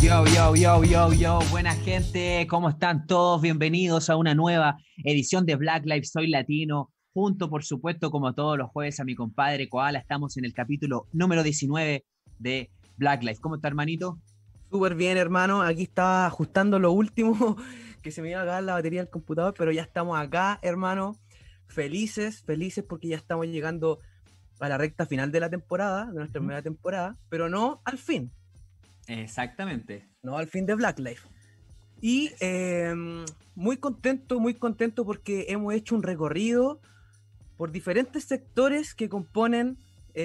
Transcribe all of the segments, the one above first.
Yo, buena gente, ¿cómo están todos? Bienvenidos a una nueva edición de Black Lives Soy Latino, junto por supuesto como todos los jueves a mi compadre Koala. Estamos en el capítulo número 19 de Black Lives. ¿Cómo está, hermanito? Súper bien, hermano. Aquí estaba ajustando lo último, que se me iba a acabar la batería del computador, pero ya estamos acá, hermano. Felices porque ya estamos llegando a la recta final de la temporada, de nuestra primera temporada, pero no al fin. Exactamente. No al fin de Black Lives. Y muy contento porque hemos hecho un recorrido por diferentes sectores que componen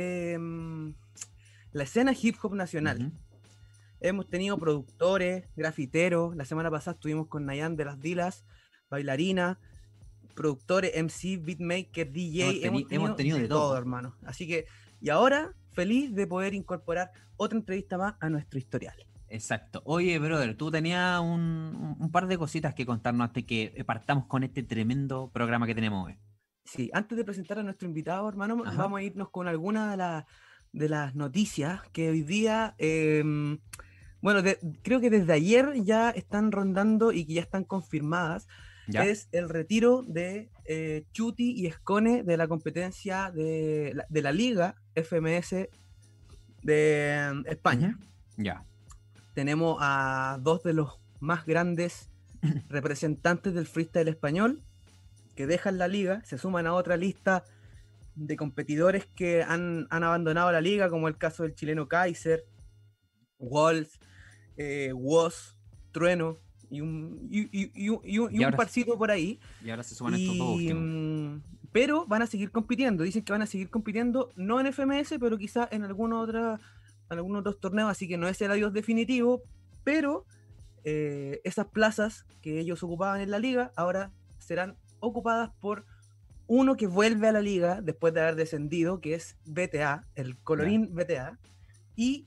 la escena hip hop nacional. Hemos tenido productores, grafiteros. La semana pasada estuvimos con Nayan de las Dilas, bailarina, productores, MC, beatmaker, DJ. Hemos tenido de todo, hermano. Así que, y ahora, feliz de poder incorporar otra entrevista más a nuestro historial. Exacto. Oye, brother, tú tenías un par de cositas que contarnos antes que partamos con este tremendo programa que tenemos hoy. Sí, antes de presentar a nuestro invitado, hermano, vamos a irnos con alguna de las noticias que hoy día... bueno, creo que desde ayer ya están rondando y que ya están confirmadas. ¿Ya? Es el retiro de Chuti y Escone de la competencia de la Liga FMS de España. Ya. Tenemos a dos de los más grandes representantes del freestyle español que dejan la liga, se suman a otra lista de competidores que han abandonado la liga, como el caso del chileno Kaiser, Walls, Woz, Trueno y un parcito por ahí. Y ahora se suman estos dos últimos. Pero van a seguir compitiendo. Dicen que van a seguir compitiendo, no en FMS, pero quizá en algunos otros torneos. Así que no es el adiós definitivo. Pero esas plazas que ellos ocupaban en la liga ahora serán ocupadas por uno que vuelve a la liga después de haber descendido, que es BTA, el colorín BTA. Y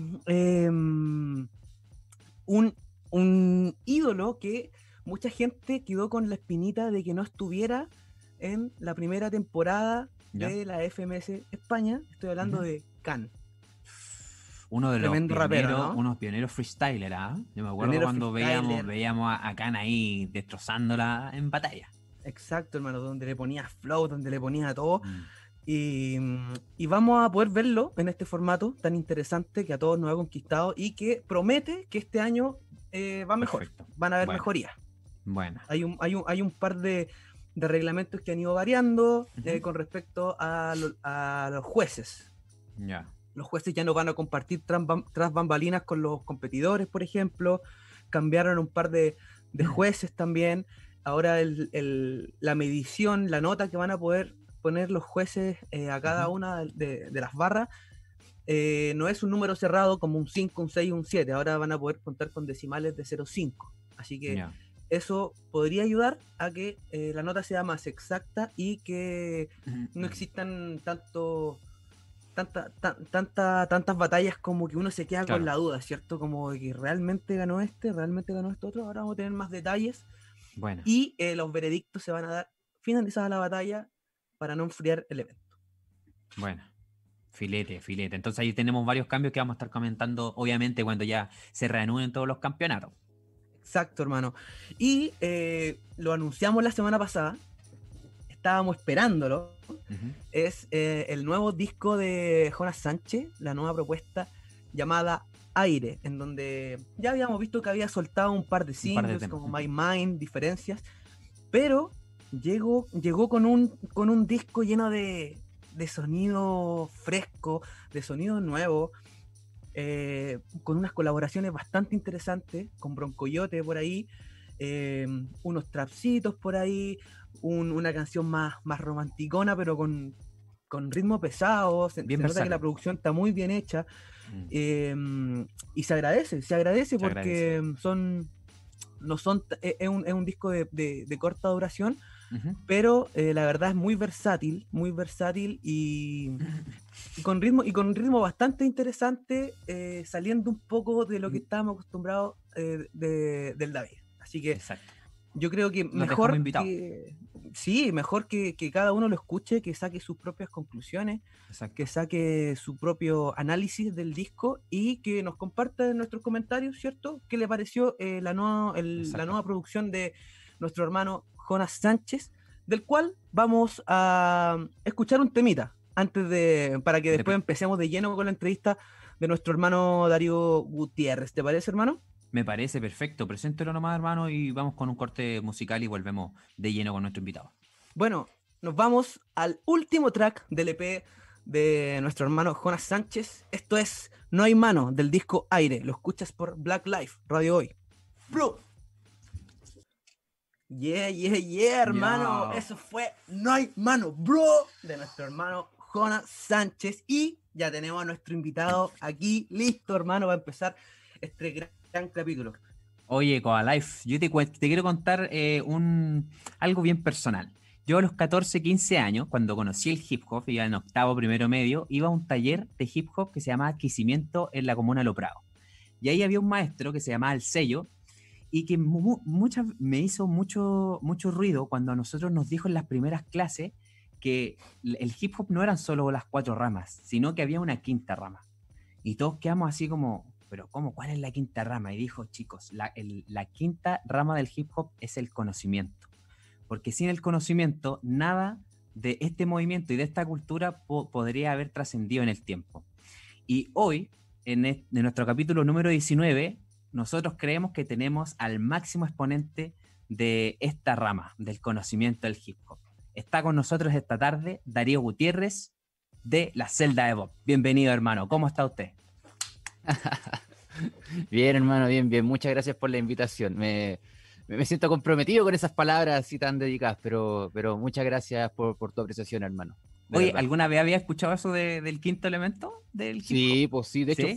un ídolo que mucha gente quedó con la espinita de que no estuviera en la primera temporada de la FMS España. Estoy hablando de Khan. Uno de los pioneros, rapero, ¿no? Unos pioneros freestyler, ¿ah? Yo me acuerdo cuando veíamos a Khan ahí destrozándola en batalla. Exacto, hermano, donde le ponía flow, donde le ponía todo. Y vamos a poder verlo en este formato tan interesante que a todos nos ha conquistado y que promete que este año va mejor. Perfecto. Van a haber mejorías. Bueno. Hay un par de reglamentos que han ido variando con respecto a los jueces. Ya. Los jueces ya no van a compartir tras bambalinas con los competidores, por ejemplo. Cambiaron un par de jueces también. Ahora la medición, la nota que van a poder poner los jueces a cada una de las barras no es un número cerrado como un 5, un 6, un 7. Ahora van a poder contar con decimales de 0,5. Así que eso podría ayudar a que la nota sea más exacta y que no existan tantas batallas como que uno se queda con la duda, ¿cierto? Como de que realmente ganó esto otro. Ahora vamos a tener más detalles. Bueno. Y los veredictos se van a dar finalizada la batalla para no enfriar el evento. Bueno, filete. Entonces ahí tenemos varios cambios que vamos a estar comentando, obviamente, cuando ya se reanuden todos los campeonatos. Exacto, hermano. Y lo anunciamos la semana pasada, estábamos esperándolo. Es el nuevo disco de Jonas Sánchez, la nueva propuesta llamada Aire, en donde ya habíamos visto que había soltado un par de singles como My Mind, Diferencias, pero llegó con un disco lleno de sonido fresco, de sonido nuevo, con unas colaboraciones bastante interesantes, con Broncoyote por ahí, unos trapsitos por ahí, una canción más romanticona, pero con ritmo pesado. Se nota que la producción está muy bien hecha. Y se agradece porque es un disco de corta duración, pero la verdad es muy versátil y con ritmo bastante interesante, saliendo un poco de lo que estábamos acostumbrados del David. Así que Yo creo que Nos dejamos mejor invitados. mejor que cada uno lo escuche, que saque sus propias conclusiones, Exacto. que saque su propio análisis del disco y que nos comparta en nuestros comentarios, ¿cierto? ¿Qué le pareció la Exacto. nueva producción de nuestro hermano Jonas Sánchez, del cual vamos a escuchar un temita para que después empecemos de lleno con la entrevista de nuestro hermano Darío Gutiérrez. ¿Te parece, hermano? Me parece perfecto. Preséntelo nomás, hermano, y vamos con un corte musical y volvemos de lleno con nuestro invitado. Bueno, nos vamos al último track del EP de nuestro hermano Jonas Sánchez. Esto es No hay mano, del disco Aire. Lo escuchas por Black Life, Radio Hoy. Bro. Yeah, hermano. Yo. Eso fue No hay mano, bro, de nuestro hermano Jonas Sánchez. Y ya tenemos a nuestro invitado aquí listo, hermano, va a empezar este gran capítulo. Oye, Coalife, yo te quiero contar algo bien personal. Yo a los 14, 15 años, cuando conocí el hip hop, iba en octavo, primero medio, iba a un taller de hip hop que se llamaba Adquisimiento en la comuna de Lo Prado. Y ahí había un maestro que se llamaba El Sello y que me hizo mucho ruido cuando a nosotros nos dijo en las primeras clases que el hip hop no eran solo las 4 ramas, sino que había una quinta rama. Y todos quedamos así como, pero ¿cómo? ¿Cuál es la quinta rama? Y dijo, chicos, la quinta rama del hip hop es el conocimiento. Porque sin el conocimiento, nada de este movimiento y de esta cultura podría haber trascendido en el tiempo. Y hoy, en nuestro capítulo número 19, nosotros creemos que tenemos al máximo exponente de esta rama, del conocimiento del hip hop. Está con nosotros esta tarde Darío Gutiérrez de La Celda de Bob. Bienvenido, hermano. ¿Cómo está usted? Bien, hermano, bien. Muchas gracias por la invitación. Me siento comprometido con esas palabras así tan dedicadas, pero muchas gracias por tu apreciación, hermano. De Oye, verdad. ¿alguna vez había escuchado eso del quinto elemento del hip hop? Sí, pues sí. De hecho, ¿Sí?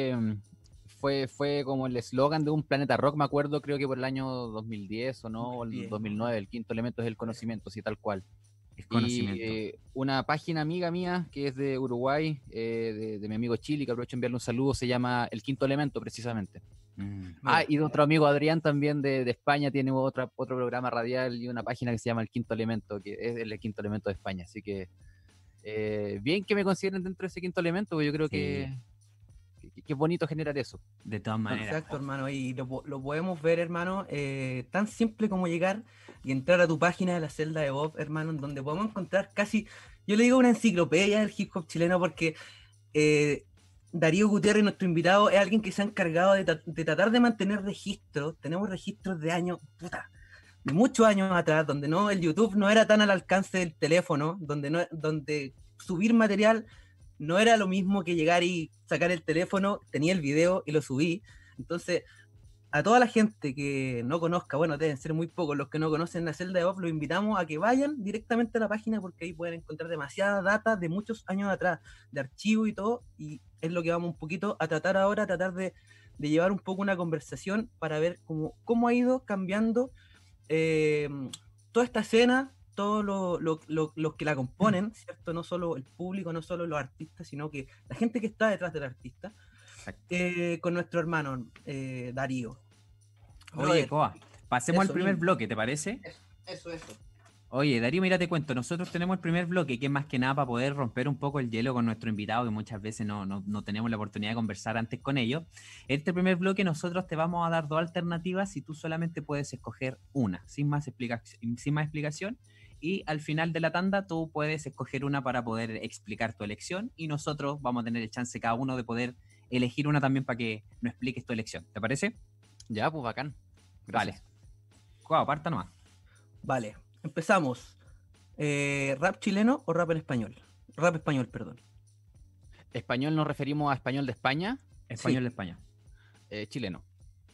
fue como el eslogan de un Planeta Rock, me acuerdo, creo que por el año 2010 o no, o el 2010, 2009. El quinto elemento es el conocimiento, sí, tal cual. El Y conocimiento. una página amiga mía que es de Uruguay, de mi amigo Chile, que aprovecho de enviarle un saludo, se llama El Quinto Elemento, precisamente. Y de otro amigo Adrián también de España, tiene otro programa radial y una página que se llama El Quinto Elemento, que es el Quinto Elemento de España. Así que bien que me consideren dentro de ese quinto elemento, porque yo creo Sí, que es bonito generar eso. de todas maneras. Exacto, hermano, y lo podemos ver, hermano, tan simple como llegar y entrar a tu página de La Celda de Bob, hermano, en donde podemos encontrar casi, yo le digo una enciclopedia del hip hop chileno, porque Darío Gutiérrez, nuestro invitado, es alguien que se ha encargado de tratar de mantener registros. Tenemos registros de años, de muchos años atrás, donde el YouTube no era tan al alcance del teléfono, donde subir material no era lo mismo que llegar y sacar el teléfono, tenía el video y lo subí. Entonces, a toda la gente que no conozca, bueno, deben ser muy pocos los que no conocen La Celda de Bob, los invitamos a que vayan directamente a la página, porque ahí pueden encontrar demasiada data de muchos años atrás, de archivo y todo, y es lo que vamos un poquito a tratar ahora, de llevar un poco una conversación para ver cómo ha ido cambiando toda esta escena, todos los que la componen, ¿cierto? No solo el público, no solo los artistas, sino que la gente que está detrás del artista, con nuestro hermano Darío. Oye, Coa, pasemos al eso primer mismo. bloque, ¿te parece? Eso. Oye, Darío, mira, te cuento, nosotros tenemos el primer bloque, que es más que nada para poder romper un poco el hielo con nuestro invitado, que muchas veces no tenemos la oportunidad de conversar antes con ellos. Este primer bloque nosotros te vamos a dar 2 alternativas y tú solamente puedes escoger una, sin más explicación, y al final de la tanda tú puedes escoger una para poder explicar tu elección y nosotros vamos a tener el chance cada uno de poder elegir una también para que nos expliques tu elección. ¿Te parece? Ya, pues bacán. Gracias. Vale. Wow, parta nomás. Vale, empezamos. ¿Rap chileno o rap en español? Rap español, perdón. Español nos referimos a español de España, Español Sí. de España. chileno.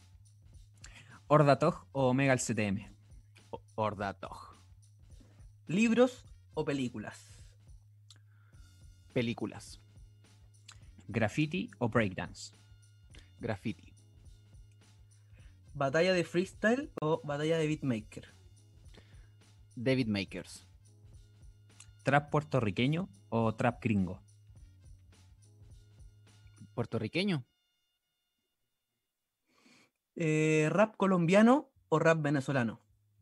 Ordatog o Omega al CTM. Ordatog. ¿Libros o películas? Películas. Graffiti o breakdance. Graffiti. ¿Batalla de freestyle o batalla de beatmaker? David Makers. Trap puertorriqueño o trap gringo. Puertorriqueño. ¿Rap colombiano o rap venezolano?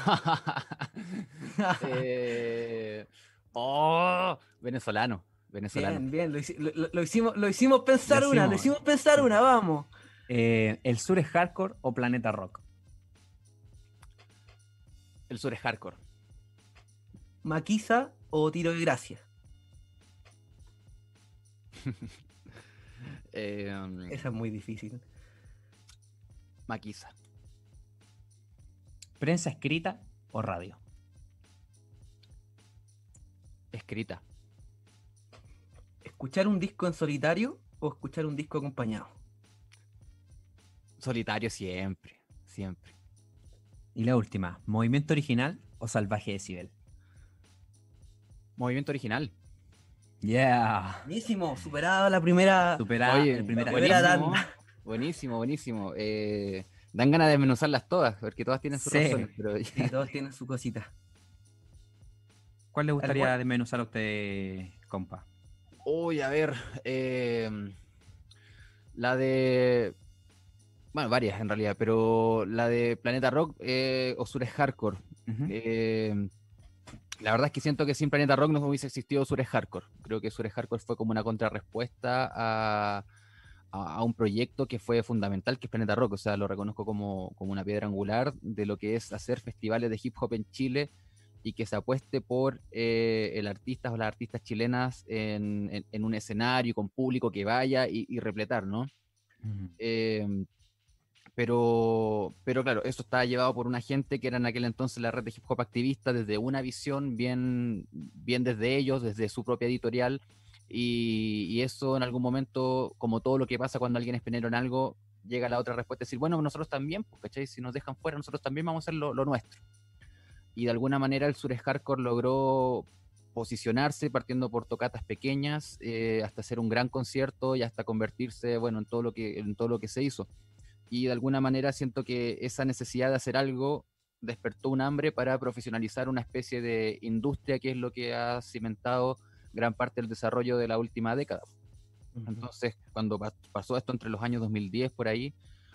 Venezolano. Bien, lo hicimos pensar una, vamos. ¿El sur es hardcore o Planeta Rock? El sur es hardcore. ¿Maquisa o Tiro de Gracia? Esa es muy difícil. Maquisa. ¿Prensa escrita o radio? Escrita. ¿Escuchar un disco en solitario o escuchar un disco acompañado? Solitario siempre. Y la última, ¿movimiento original o salvaje decibel? Movimiento original. Yeah. Buenísimo, superada la primera. Oye, el primer buenísimo. Dan ganas de desmenuzarlas todas, porque todas tienen sus razones. Pero... Sí, todos tienen su cosita. ¿Cuál le gustaría desmenuzar a usted, compa? Uy, a ver. La de... Bueno, varias en realidad, pero la de Planeta Rock o Sur es Hardcore. Uh-huh. La verdad es que siento que sin Planeta Rock no hubiese existido Sur es Hardcore. Creo que Sur es Hardcore fue como una contrarrespuesta a un proyecto que fue fundamental, que es Planeta Rock. O sea, lo reconozco como una piedra angular de lo que es hacer festivales de hip hop en Chile y que se apueste por el artista o las artistas chilenas en un escenario con público que vaya y repletar, ¿no? Uh-huh. Pero claro, eso estaba llevado por una gente que era en aquel entonces la red de hip hop activista desde una visión bien desde ellos, desde su propia editorial, y eso en algún momento, como todo lo que pasa cuando alguien es pionero en algo, llega la otra respuesta, decir, bueno, nosotros también, pues, ¿cachai? Si nos dejan fuera, nosotros también vamos a hacer lo nuestro. Y de alguna manera el Sur es Hardcore logró posicionarse partiendo por tocatas pequeñas, hasta hacer un gran concierto y hasta convertirse, bueno, en todo lo que se hizo. Y de alguna manera siento que esa necesidad de hacer algo despertó un hambre para profesionalizar una especie de industria que es lo que ha cimentado gran parte del desarrollo de la última década. Uh-huh. Entonces, cuando pasó esto entre los años 2010 por ahí,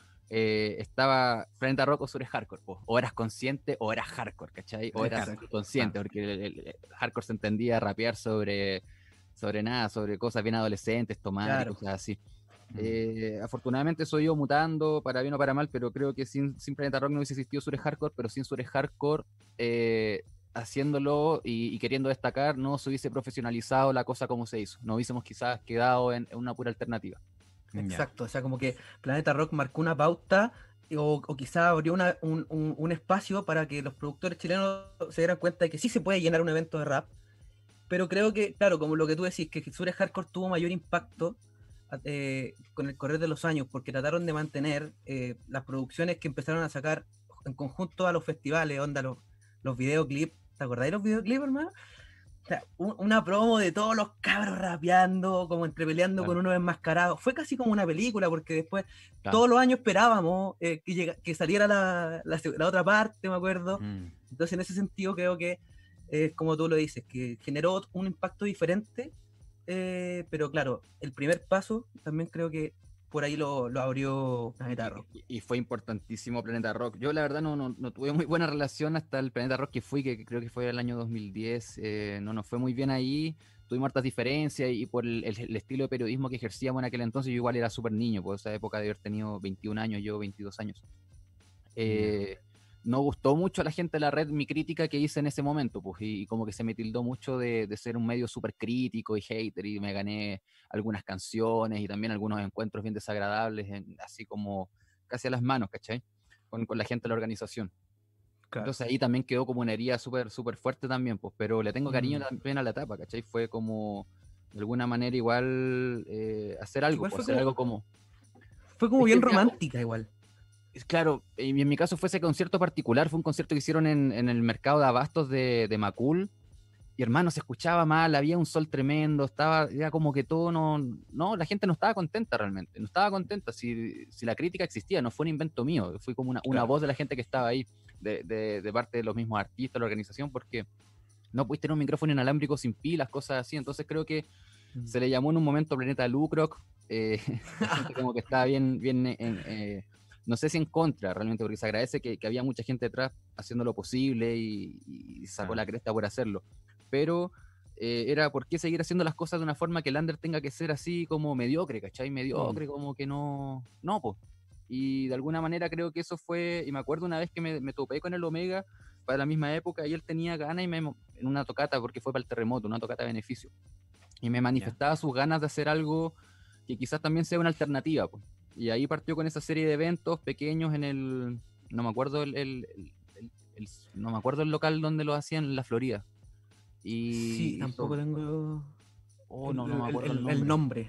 estaba Planeta Rock o Sur es Hardcore, o eras consciente o eras hardcore, ¿cachai? O eras consciente, porque el hardcore se entendía a rapear sobre cosas bien adolescentes, tomar y cosas así. Afortunadamente eso iba mutando para bien o para mal, pero creo que sin Planeta Rock no hubiese existido Sur es Hardcore, pero sin Sur es Hardcore haciéndolo y queriendo destacar no se hubiese profesionalizado la cosa como se hizo, no hubiésemos quizás quedado en una pura alternativa. Exacto, o sea, como que Planeta Rock marcó una pauta o quizás abrió un espacio para que los productores chilenos se dieran cuenta de que sí se puede llenar un evento de rap, pero creo que, claro, como lo que tú decís, que Sur es Hardcore tuvo mayor impacto con el correr de los años, porque trataron de mantener las producciones que empezaron a sacar en conjunto a los festivales, onda los videoclips. ¿Te acordáis de los videoclips, hermano? O sea, una promo de todos los cabros rapeando, como entrepeleando con unos enmascarados. Fue casi como una película, porque después todos los años esperábamos que saliera la otra parte, me acuerdo. Entonces, en ese sentido, creo que, como tú lo dices, que generó un impacto diferente. Pero claro, el primer paso también creo que por ahí lo abrió Planeta Rock. Y fue importantísimo Planeta Rock. Yo la verdad no tuve muy buena relación hasta el Planeta Rock que fui, que creo que fue el año 2010. No fue muy bien ahí. Tuvimos hartas diferencias y por el estilo de periodismo que ejercíamos en aquel entonces, yo igual era súper niño, por esa época de haber tenido 21 años, yo 22 años. No gustó mucho a la gente de la red mi crítica que hice en ese momento, pues, y como que se me tildó mucho de ser un medio súper crítico y hater, y me gané algunas canciones y también algunos encuentros bien desagradables, así como casi a las manos, ¿cachai? Con la gente de la organización. Claro. Entonces ahí también quedó como una herida súper fuerte también, pues, pero le tengo cariño también a la etapa, ¿cachai? Fue como, de alguna manera igual, hacer algo, pues, hacer algo como... Fue como bien romántica igual. Claro, y en mi caso fue ese concierto particular, fue un concierto que hicieron en el mercado de abastos de Macul, y hermano, se escuchaba mal, había un sol tremendo, era como que todo la gente no estaba contenta realmente, no estaba contenta, si la crítica existía, no fue un invento mío, fue como una voz de la gente que estaba ahí, de parte de los mismos artistas, la organización, porque no pudiste tener un micrófono inalámbrico sin pilas, cosas así, entonces creo que se le llamó en un momento Planeta Lucroc, como que estaba bien no sé si en contra realmente, porque se agradece que había mucha gente detrás haciendo lo posible y sacó la cresta por hacerlo, pero era por qué seguir haciendo las cosas de una forma que el under tenga que ser así como mediocre, ¿cachai? Mediocre, como que no, pues. Y de alguna manera creo que eso fue, y me acuerdo una vez que me topé con el Omega para la misma época, y él tenía ganas en una tocata, porque fue para el terremoto, una tocata de beneficio, y me manifestaba sus ganas de hacer algo que quizás también sea una alternativa, pues. Y ahí partió con esa serie de eventos pequeños en el, no me acuerdo no me acuerdo el local donde lo hacían, en la Florida. Sí, tampoco tengo no me acuerdo el nombre. el nombre.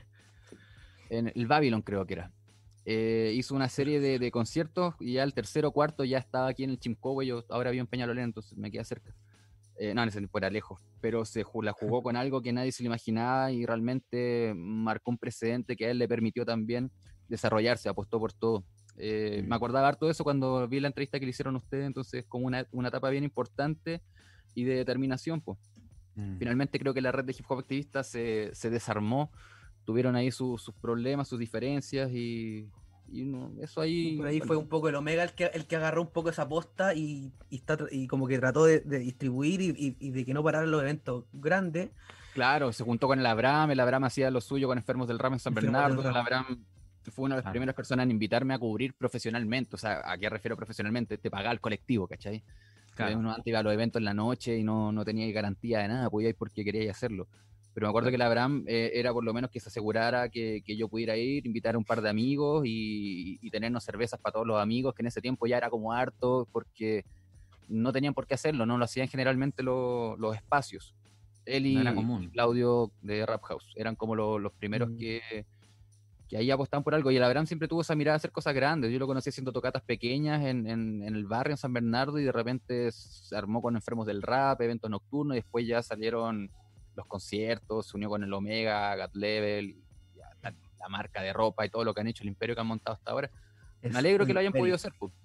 En el Babylon creo que era. Hizo una serie de conciertos y ya el tercero o cuarto ya estaba aquí en el Chimcobo. Yo ahora vivo en Peñalolén, entonces me queda cerca. No, ese fuera lejos, pero la jugó con algo que nadie se lo imaginaba y realmente marcó un precedente que a él le permitió también desarrollarse, apostó por todo. Me acordaba harto de eso cuando vi la entrevista que le hicieron a ustedes, entonces como una etapa bien importante y de determinación, pues. Finalmente creo que la red de hip hop activistas se desarmó, tuvieron ahí sus problemas, sus diferencias y no, eso ahí... Por ahí fue un poco el Omega el que agarró un poco esa posta y como que trató de distribuir y de que no pararan los eventos grandes. Claro, se juntó con el Abraham hacía lo suyo con Enfermos del Rap en San Bernardo, el Abraham fue una de las primeras personas en invitarme a cubrir profesionalmente, o sea, ¿a qué refiero profesionalmente? Te pagaba el colectivo, ¿cachai? Claro. Uno antes iba a los eventos en la noche y no tenía garantía de nada, podía ir porque quería hacerlo. Pero me acuerdo que el Abraham era por lo menos que se asegurara que yo pudiera ir, invitar a un par de amigos y tenernos cervezas para todos los amigos, que en ese tiempo ya era como harto, porque no tenían por qué hacerlo, no lo hacían generalmente los espacios. Él y Claudio de Rap House eran como los primeros que ahí apostaban por algo, y el Abraham siempre tuvo esa mirada de hacer cosas grandes. Yo lo conocí haciendo tocatas pequeñas en el barrio, en San Bernardo, y de repente se armó con Enfermos del Rap, eventos nocturnos, y después ya salieron los conciertos, se unió con el Omega, God Level, y la marca de ropa y todo lo que han hecho, el imperio que han montado hasta ahora. Me alegro que lo hayan podido hacer, pues.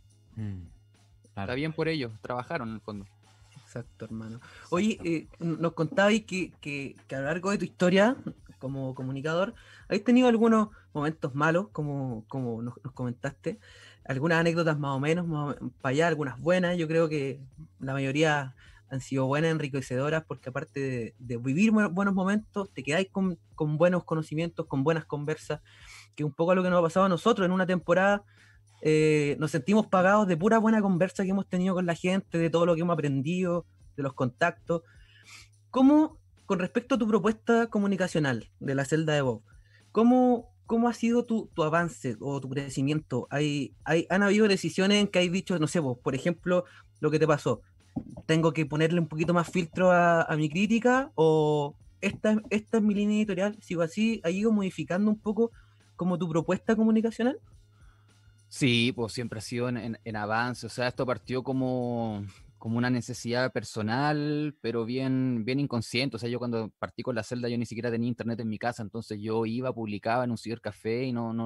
Claro. Está bien por ellos, trabajaron en el fondo. Exacto, hermano. Oye, nos contabais que a lo largo de tu historia como comunicador, ¿habéis tenido algunos momentos malos, como nos comentaste? Algunas anécdotas más o menos, para allá, algunas buenas. Yo creo que la mayoría han sido buenas, enriquecedoras, porque aparte de vivir buenos momentos, te quedáis con buenos conocimientos, con buenas conversas, que un poco lo que nos ha pasado a nosotros en una temporada. Nos sentimos pagados de pura buena conversa que hemos tenido con la gente, de todo lo que hemos aprendido, de los contactos. ¿Cómo, con respecto a tu propuesta comunicacional de la celda de Bob, cómo ha sido tu avance o tu crecimiento? ¿Han habido decisiones en que hay dicho, no sé, vos, por ejemplo, lo que te pasó, tengo que ponerle un poquito más filtro a mi crítica, o esta es mi línea editorial, sigo así, ha ido modificando un poco como tu propuesta comunicacional? Sí, pues siempre ha sido en avance, o sea, esto partió como una necesidad personal, pero bien inconsciente. O sea, yo cuando partí con la celda yo ni siquiera tenía internet en mi casa, entonces yo iba, publicaba en un cibercafé y no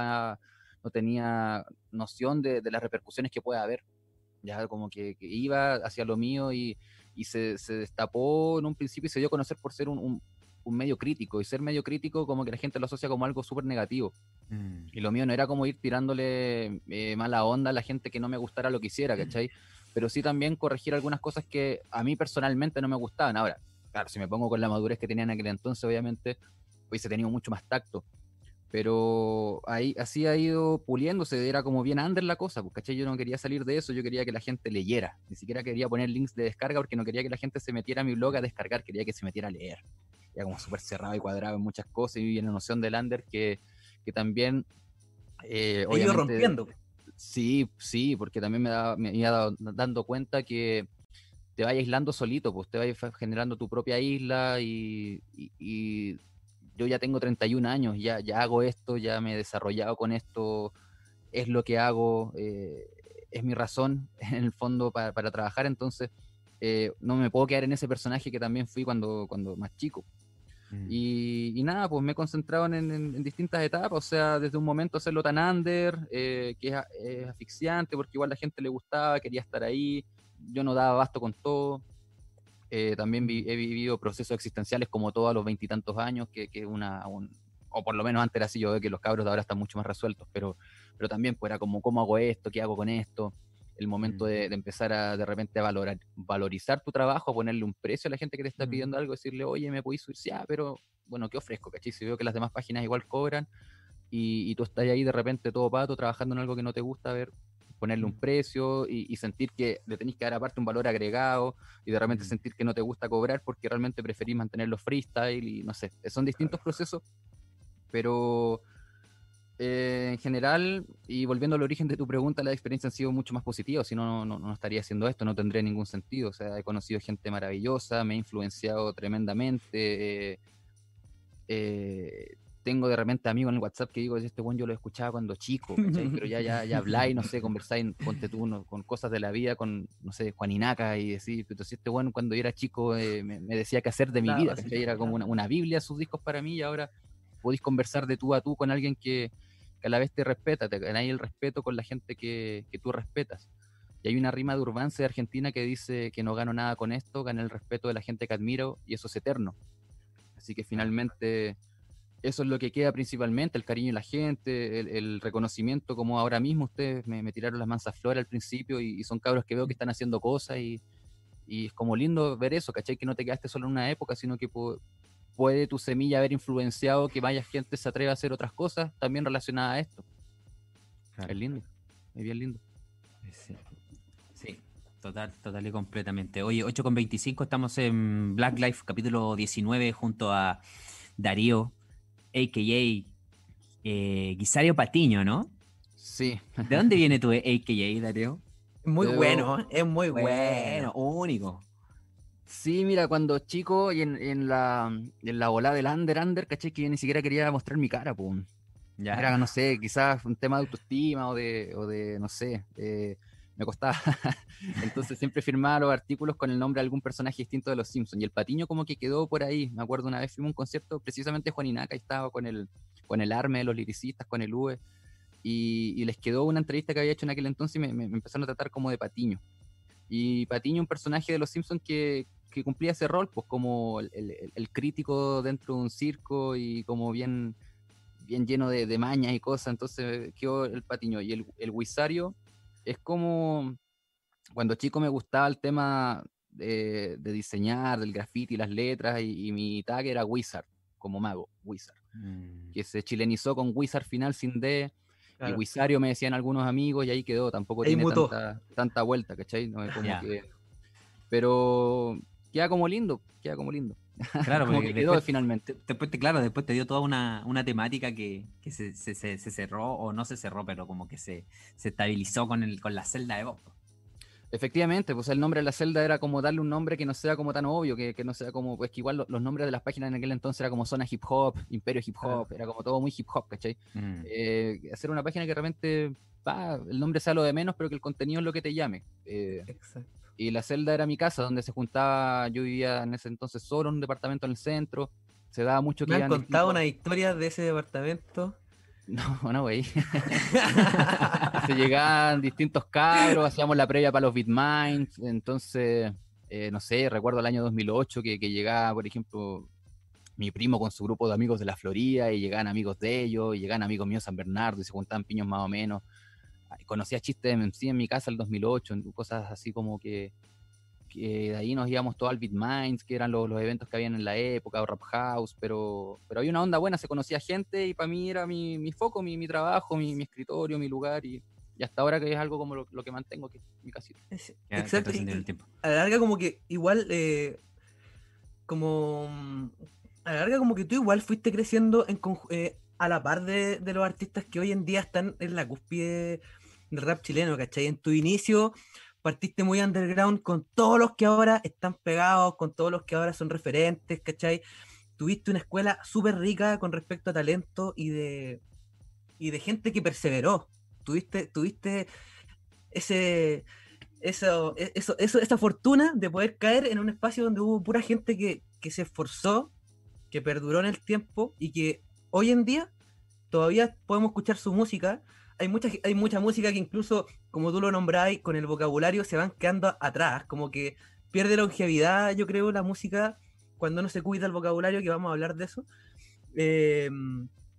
tenía noción de las repercusiones que puede haber. Ya como que iba hacia lo mío y se destapó en un principio y se dio a conocer por ser un medio crítico, y ser medio crítico como que la gente lo asocia como algo súper negativo. Y lo mío no era como ir tirándole mala onda a la gente que no me gustara lo que hiciera, ¿cachai? Pero sí también corregir algunas cosas que a mí personalmente no me gustaban. Ahora, claro, si me pongo con la madurez que tenía en aquel entonces, obviamente hubiese tenido mucho más tacto. Pero ahí así ha ido puliéndose, era como bien under la cosa, pues, ¿cachai? Yo no quería salir de eso, yo quería que la gente leyera, ni siquiera quería poner links de descarga porque no quería que la gente se metiera a mi blog a descargar, quería que se metiera a leer. Era como súper cerrado y cuadrado en muchas cosas, y vi la noción del under que también obviamente, ido rompiendo. Sí, porque también me iba dando cuenta que te vayas aislando solito, pues te vayas generando tu propia isla y yo ya tengo 31 años, ya hago esto, ya me he desarrollado con esto, es lo que hago, es mi razón en el fondo para trabajar, entonces no me puedo quedar en ese personaje que también fui cuando más chico. Y nada, pues me he concentrado en distintas etapas, o sea, desde un momento hacerlo tan under, que es asfixiante, porque igual a la gente le gustaba, quería estar ahí, yo no daba abasto con todo. También he vivido procesos existenciales como todos a los 20 y tantos años, que es o por lo menos antes era así, yo veo que los cabros de ahora están mucho más resueltos, pero también pues era como, ¿cómo hago esto? ¿Qué hago con esto? El momento de empezar a de repente a valorizar tu trabajo, a ponerle un precio a la gente que te está pidiendo algo, decirle, oye, me podéis subir, sí, pero bueno, ¿qué ofrezco? ¿Cachai? Si veo que las demás páginas igual cobran y tú estás ahí de repente todo pato trabajando en algo que no te gusta, a ver, ponerle un precio y sentir que le tenés que dar aparte un valor agregado y de repente sentir que no te gusta cobrar porque realmente preferís mantenerlo freestyle y no sé, son distintos procesos, pero en general, y volviendo al origen de tu pregunta, las experiencias han sido mucho más positivas, si no, no estaría haciendo esto, no tendría ningún sentido. O sea, he conocido gente maravillosa, me ha influenciado tremendamente. Tengo de repente amigos en el WhatsApp que digo, este buen yo lo escuchaba cuando chico, ¿cachai? Pero ya habláis, no sé, conversáis, ponte tú, con cosas de la vida, con, no sé, Juan Inaca, y decir, pero si este bueno cuando yo era chico me decía qué hacer de mi vida, ¿cachai? Era como una biblia sus discos para mí, y ahora podéis conversar de tú a tú con alguien que a la vez te respeta, te ganáis el respeto con la gente que tú respetas. Y hay una rima de Urbance de Argentina que dice que no gano nada con esto, gané el respeto de la gente que admiro y eso es eterno. Así que finalmente eso es lo que queda principalmente, el cariño de la gente, el reconocimiento, como ahora mismo ustedes me tiraron las mansas flores al principio y son cabros que veo que están haciendo cosas y es como lindo ver eso, ¿cachai? Que no te quedaste solo en una época, sino que puede tu semilla haber influenciado que vaya gente se atreva a hacer otras cosas también relacionadas a esto. Claro. Es lindo, es bien lindo. Sí, total y completamente. Oye, 8:25, estamos en Black Life, capítulo 19, junto a Darío, a.k.a. Guisario Patiño, ¿no? Sí. ¿De dónde viene tu a.k.a., Darío? Muy bueno, es muy bueno. Único. Sí, mira, cuando chico y en la volada del under, caché que yo ni siquiera quería mostrar mi cara, pum. Ya. Era, no sé, quizás un tema de autoestima o de no sé, me costaba. Entonces siempre firmaba los artículos con el nombre de algún personaje distinto de los Simpsons. Y el Patiño como que quedó por ahí. Me acuerdo una vez fuimos a un concierto, precisamente Juan Inaca, y estaba con el Arme, los liricistas, con el Uwe, y les quedó una entrevista que había hecho en aquel entonces y me empezaron a tratar como de Patiño. Y Patiño, un personaje de los Simpsons que cumplía ese rol, pues como el crítico dentro de un circo y como bien lleno de mañas y cosas, entonces quedó el Patiño. Y el Guisario es como, cuando chico me gustaba el tema de diseñar, del graffiti, las letras, y mi tag era Wizard, como mago, Wizard, que se chilenizó con Wizard final sin D. Claro. Y Guisario me decían algunos amigos y ahí quedó, tampoco ahí tiene tanta vuelta, ¿cachai? No es como que... Pero queda como lindo. Claro, como que quedó finalmente. Después te dio toda una temática que se cerró, o no se cerró, pero como que se estabilizó con la celda de voz. Efectivamente, pues el nombre de la celda era como darle un nombre que no sea como tan obvio, que no sea como, pues que igual los nombres de las páginas en aquel entonces era como Zona Hip Hop, Imperio Hip Hop, era como todo muy hip hop, ¿cachai? Hacer una página que realmente, el nombre sea lo de menos, pero que el contenido es lo que te llame. Exacto. Y la celda era mi casa, donde se juntaba, yo vivía en ese entonces solo en un departamento en el centro, se daba mucho que... ¿Me han contado una historia de ese departamento? No, güey. Se llegaban distintos cabros, hacíamos la previa para los Bitminds, entonces, no sé, recuerdo el año 2008 que llegaba, por ejemplo, mi primo con su grupo de amigos de la Florida, y llegaban amigos de ellos, y llegaban amigos míos de San Bernardo, y se juntaban piños más o menos. Conocía chistes de MC en mi casa el 2008, cosas así como que de ahí nos íbamos todos al Bitminds, que eran los eventos que habían en la época, o Rap House, pero había una onda buena, se conocía gente, y para mí era mi foco, mi trabajo, mi escritorio, mi lugar, y hasta ahora que es algo como lo que mantengo, que es mi casita. Exacto, a la larga como que igual, a la larga como que tú igual fuiste creciendo a la par de los artistas que hoy en día están en la cúspide del rap chileno, ¿cachai? En tu inicio partiste muy underground con todos los que ahora están pegados, con todos los que ahora son referentes, ¿cachai? Tuviste una escuela súper rica con respecto a talento y de gente que perseveró. Tuviste esa fortuna de poder caer en un espacio donde hubo pura gente que se esforzó, que perduró en el tiempo y que hoy en día todavía podemos escuchar su música. Hay mucha música que incluso, como tú lo nombráis, con el vocabulario se van quedando atrás, como que pierde longevidad, yo creo, la música cuando no se cuida el vocabulario, que vamos a hablar de eso.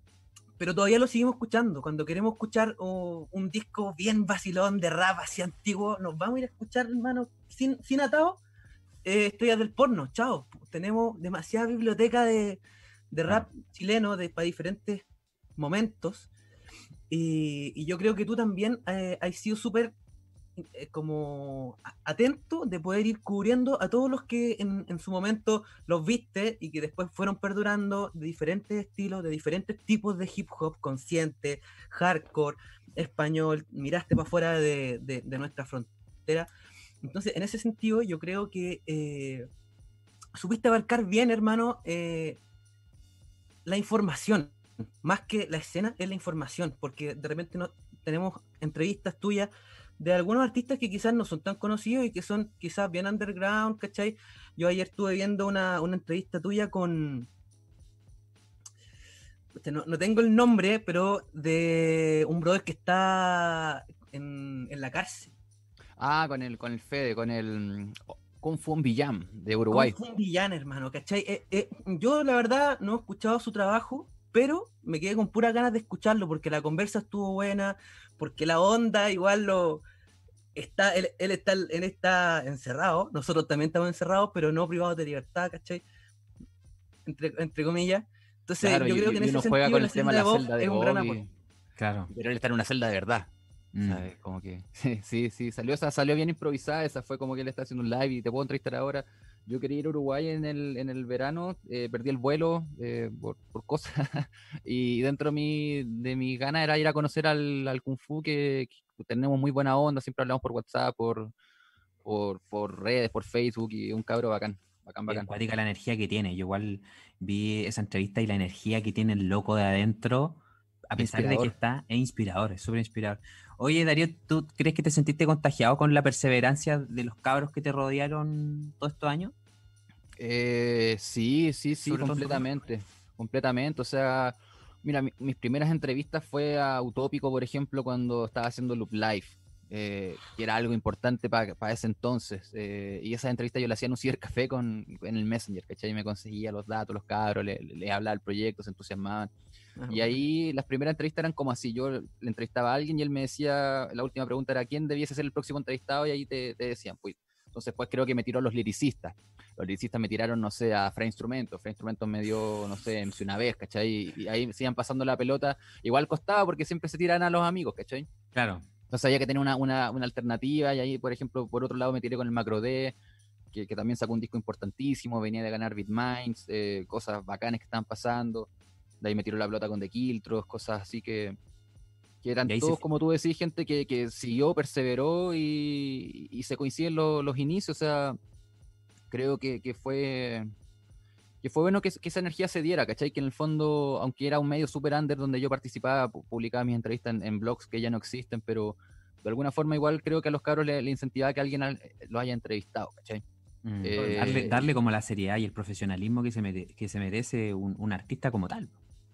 pero todavía lo seguimos escuchando. Cuando queremos escuchar un disco bien vacilón de rap así antiguo, nos vamos a ir a escuchar, hermano, sin atado, Estrellas del Porno. Chao. Tenemos demasiada biblioteca de rap chileno para diferentes momentos. Y yo creo que tú también has sido súper como atento de poder ir cubriendo a todos los que en su momento los viste y que después fueron perdurando de diferentes estilos, de diferentes tipos de hip hop, consciente, hardcore, español, miraste para afuera de nuestra frontera. Entonces, en ese sentido, yo creo que supiste abarcar bien, hermano, la información, más que la escena, es la información, porque de repente tenemos entrevistas tuyas de algunos artistas que quizás no son tan conocidos y que son quizás bien underground, ¿cachai? Yo ayer estuve viendo una entrevista tuya con... No tengo el nombre, pero de un brother que está en la cárcel. Ah, con el Fede, con el Kung Fu Villam de Uruguay. Kung Fu Villam, hermano, ¿cachai? Yo la verdad no he escuchado su trabajo, pero me quedé con puras ganas de escucharlo porque la conversa estuvo buena, porque la onda igual él está encerrado, nosotros también estamos encerrados, pero no privados de libertad, ¿cachai? Entre comillas. Entonces, claro, yo creo que en ese juega sentido con el tema de la celda de es un gran Bob aporte. Claro. Pero él está en una celda de verdad. ¿Sabes? Como que sí, salió bien improvisada. Esa fue como que él está haciendo un live y te puedo entrevistar ahora. Yo quería ir a Uruguay en el verano, perdí el vuelo por cosas y dentro de mi ganas era ir a conocer al Kung Fu, que tenemos muy buena onda, siempre hablamos por WhatsApp, por redes, por Facebook, y un cabro bacán. Acuática la energía que tiene. Yo igual vi esa entrevista y la energía que tiene el loco de adentro, a pesar de que es inspirador, es súper inspirador. Oye, Darío, ¿tú crees que te sentiste contagiado con la perseverancia de los cabros que te rodearon todos estos años? Sí, completamente. O sea, mira, mis primeras entrevistas fue a Utópico, por ejemplo, cuando estaba haciendo Loop Live, que era algo importante para ese entonces. Y esa entrevista yo la hacía en un cibercafé en el Messenger, ¿cachai? Y me conseguía los datos, los cabros, le hablaba del proyecto, se entusiasmaban. Y ahí las primeras entrevistas eran como así, yo le entrevistaba a alguien y él me decía, la última pregunta era ¿quién debiese ser el próximo entrevistado? Y ahí te decían, pues. Entonces pues creo que me tiró los lyricistas me tiraron, no sé, a Fra Instrumentos me dio, no sé, MC Una Vez, ¿cachai? Y ahí se iban pasando la pelota, igual costaba porque siempre se tiran a los amigos, ¿cachai? Claro. Entonces había que tener una alternativa, y ahí, por ejemplo, por otro lado me tiré con el Macro D, que también sacó un disco importantísimo, venía de ganar Beatminds, cosas bacanas que estaban pasando. De ahí me tiró la pelota con The Kiltros, cosas así que eran todos, como tú decís, gente que siguió, perseveró y se coinciden los inicios. O sea, creo que fue bueno que esa energía se diera, ¿cachai? Que en el fondo, aunque era un medio super under donde yo participaba, publicaba mis entrevistas en blogs que ya no existen, pero de alguna forma igual creo que a los cabros le incentivaba que alguien lo haya entrevistado, ¿cachai? Darle como la seriedad y el profesionalismo que se merece un artista como tal.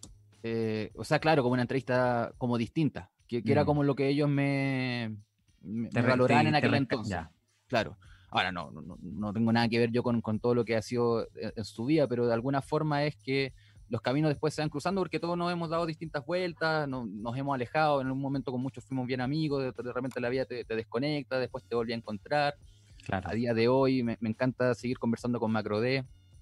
O sea, claro, como una entrevista como distinta, que era como lo que ellos me valoraban en aquel entonces. Ya. Claro. Ahora no tengo nada que ver yo con todo lo que ha sido en su vida, pero de alguna forma es que los caminos después se van cruzando porque todos nos hemos dado distintas vueltas, nos hemos alejado, en un momento con muchos fuimos bien amigos, de repente la vida te desconecta, después te volví a encontrar. Claro. A día de hoy me encanta seguir conversando con Macro D.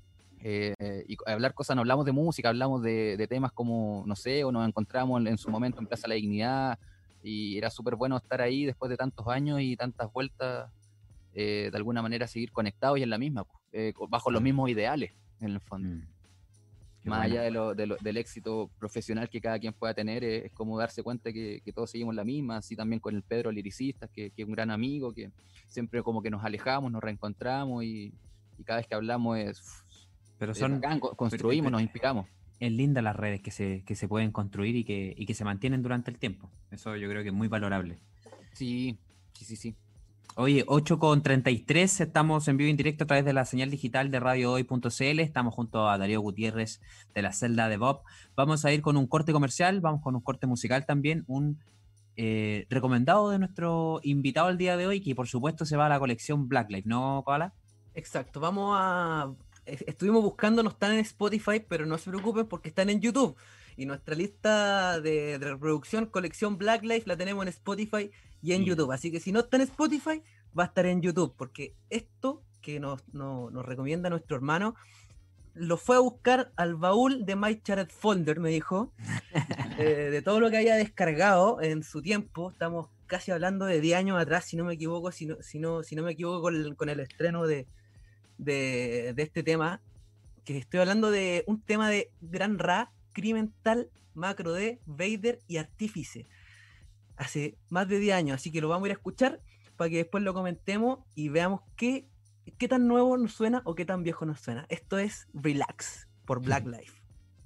Y hablar cosas, no hablamos de música, hablamos de temas como, no sé, o nos encontramos en su momento en Plaza La Dignidad, y era súper bueno estar ahí después de tantos años y tantas vueltas, de alguna manera seguir conectados y en la misma, bajo los mismos ideales, en el fondo. Más allá del éxito profesional que cada quien pueda tener, es como darse cuenta que todos seguimos la misma, así también con el Pedro Liricista, que es un gran amigo, que siempre como que nos alejamos, nos reencontramos, y cada vez que hablamos pero bacán, construimos, nos inspiramos. Es linda las redes que se pueden construir y que se mantienen durante el tiempo. Eso yo creo que es muy valorable. Sí. Oye, 8:33, estamos en vivo en directo a través de la señal digital de radiohoy.cl. Estamos junto a Darío Gutiérrez de la celda de Bob. Vamos a ir con un corte comercial, vamos con un corte musical también, un recomendado de nuestro invitado el día de hoy, que por supuesto se va a la colección Blacklight, ¿no, Koala? Exacto, estuvimos buscando, no están en Spotify, pero no se preocupen porque están en YouTube. Y nuestra lista de reproducción, colección Black Life, la tenemos en Spotify y en YouTube. Así que si no está en Spotify, va a estar en YouTube, porque esto que nos recomienda nuestro hermano, lo fue a buscar al baúl de My Shared Folder, me dijo, de todo lo que había descargado en su tiempo. Estamos casi hablando de 10 años atrás, si no me equivoco, si no me equivoco con el estreno de este tema, que estoy hablando de un tema de Gran Ra, Crimental, Macro D, Vader y Artífice, hace más de 10 años, así que lo vamos a ir a escuchar para que después lo comentemos y veamos qué tan nuevo nos suena o qué tan viejo nos suena. Esto es Relax por Black Life.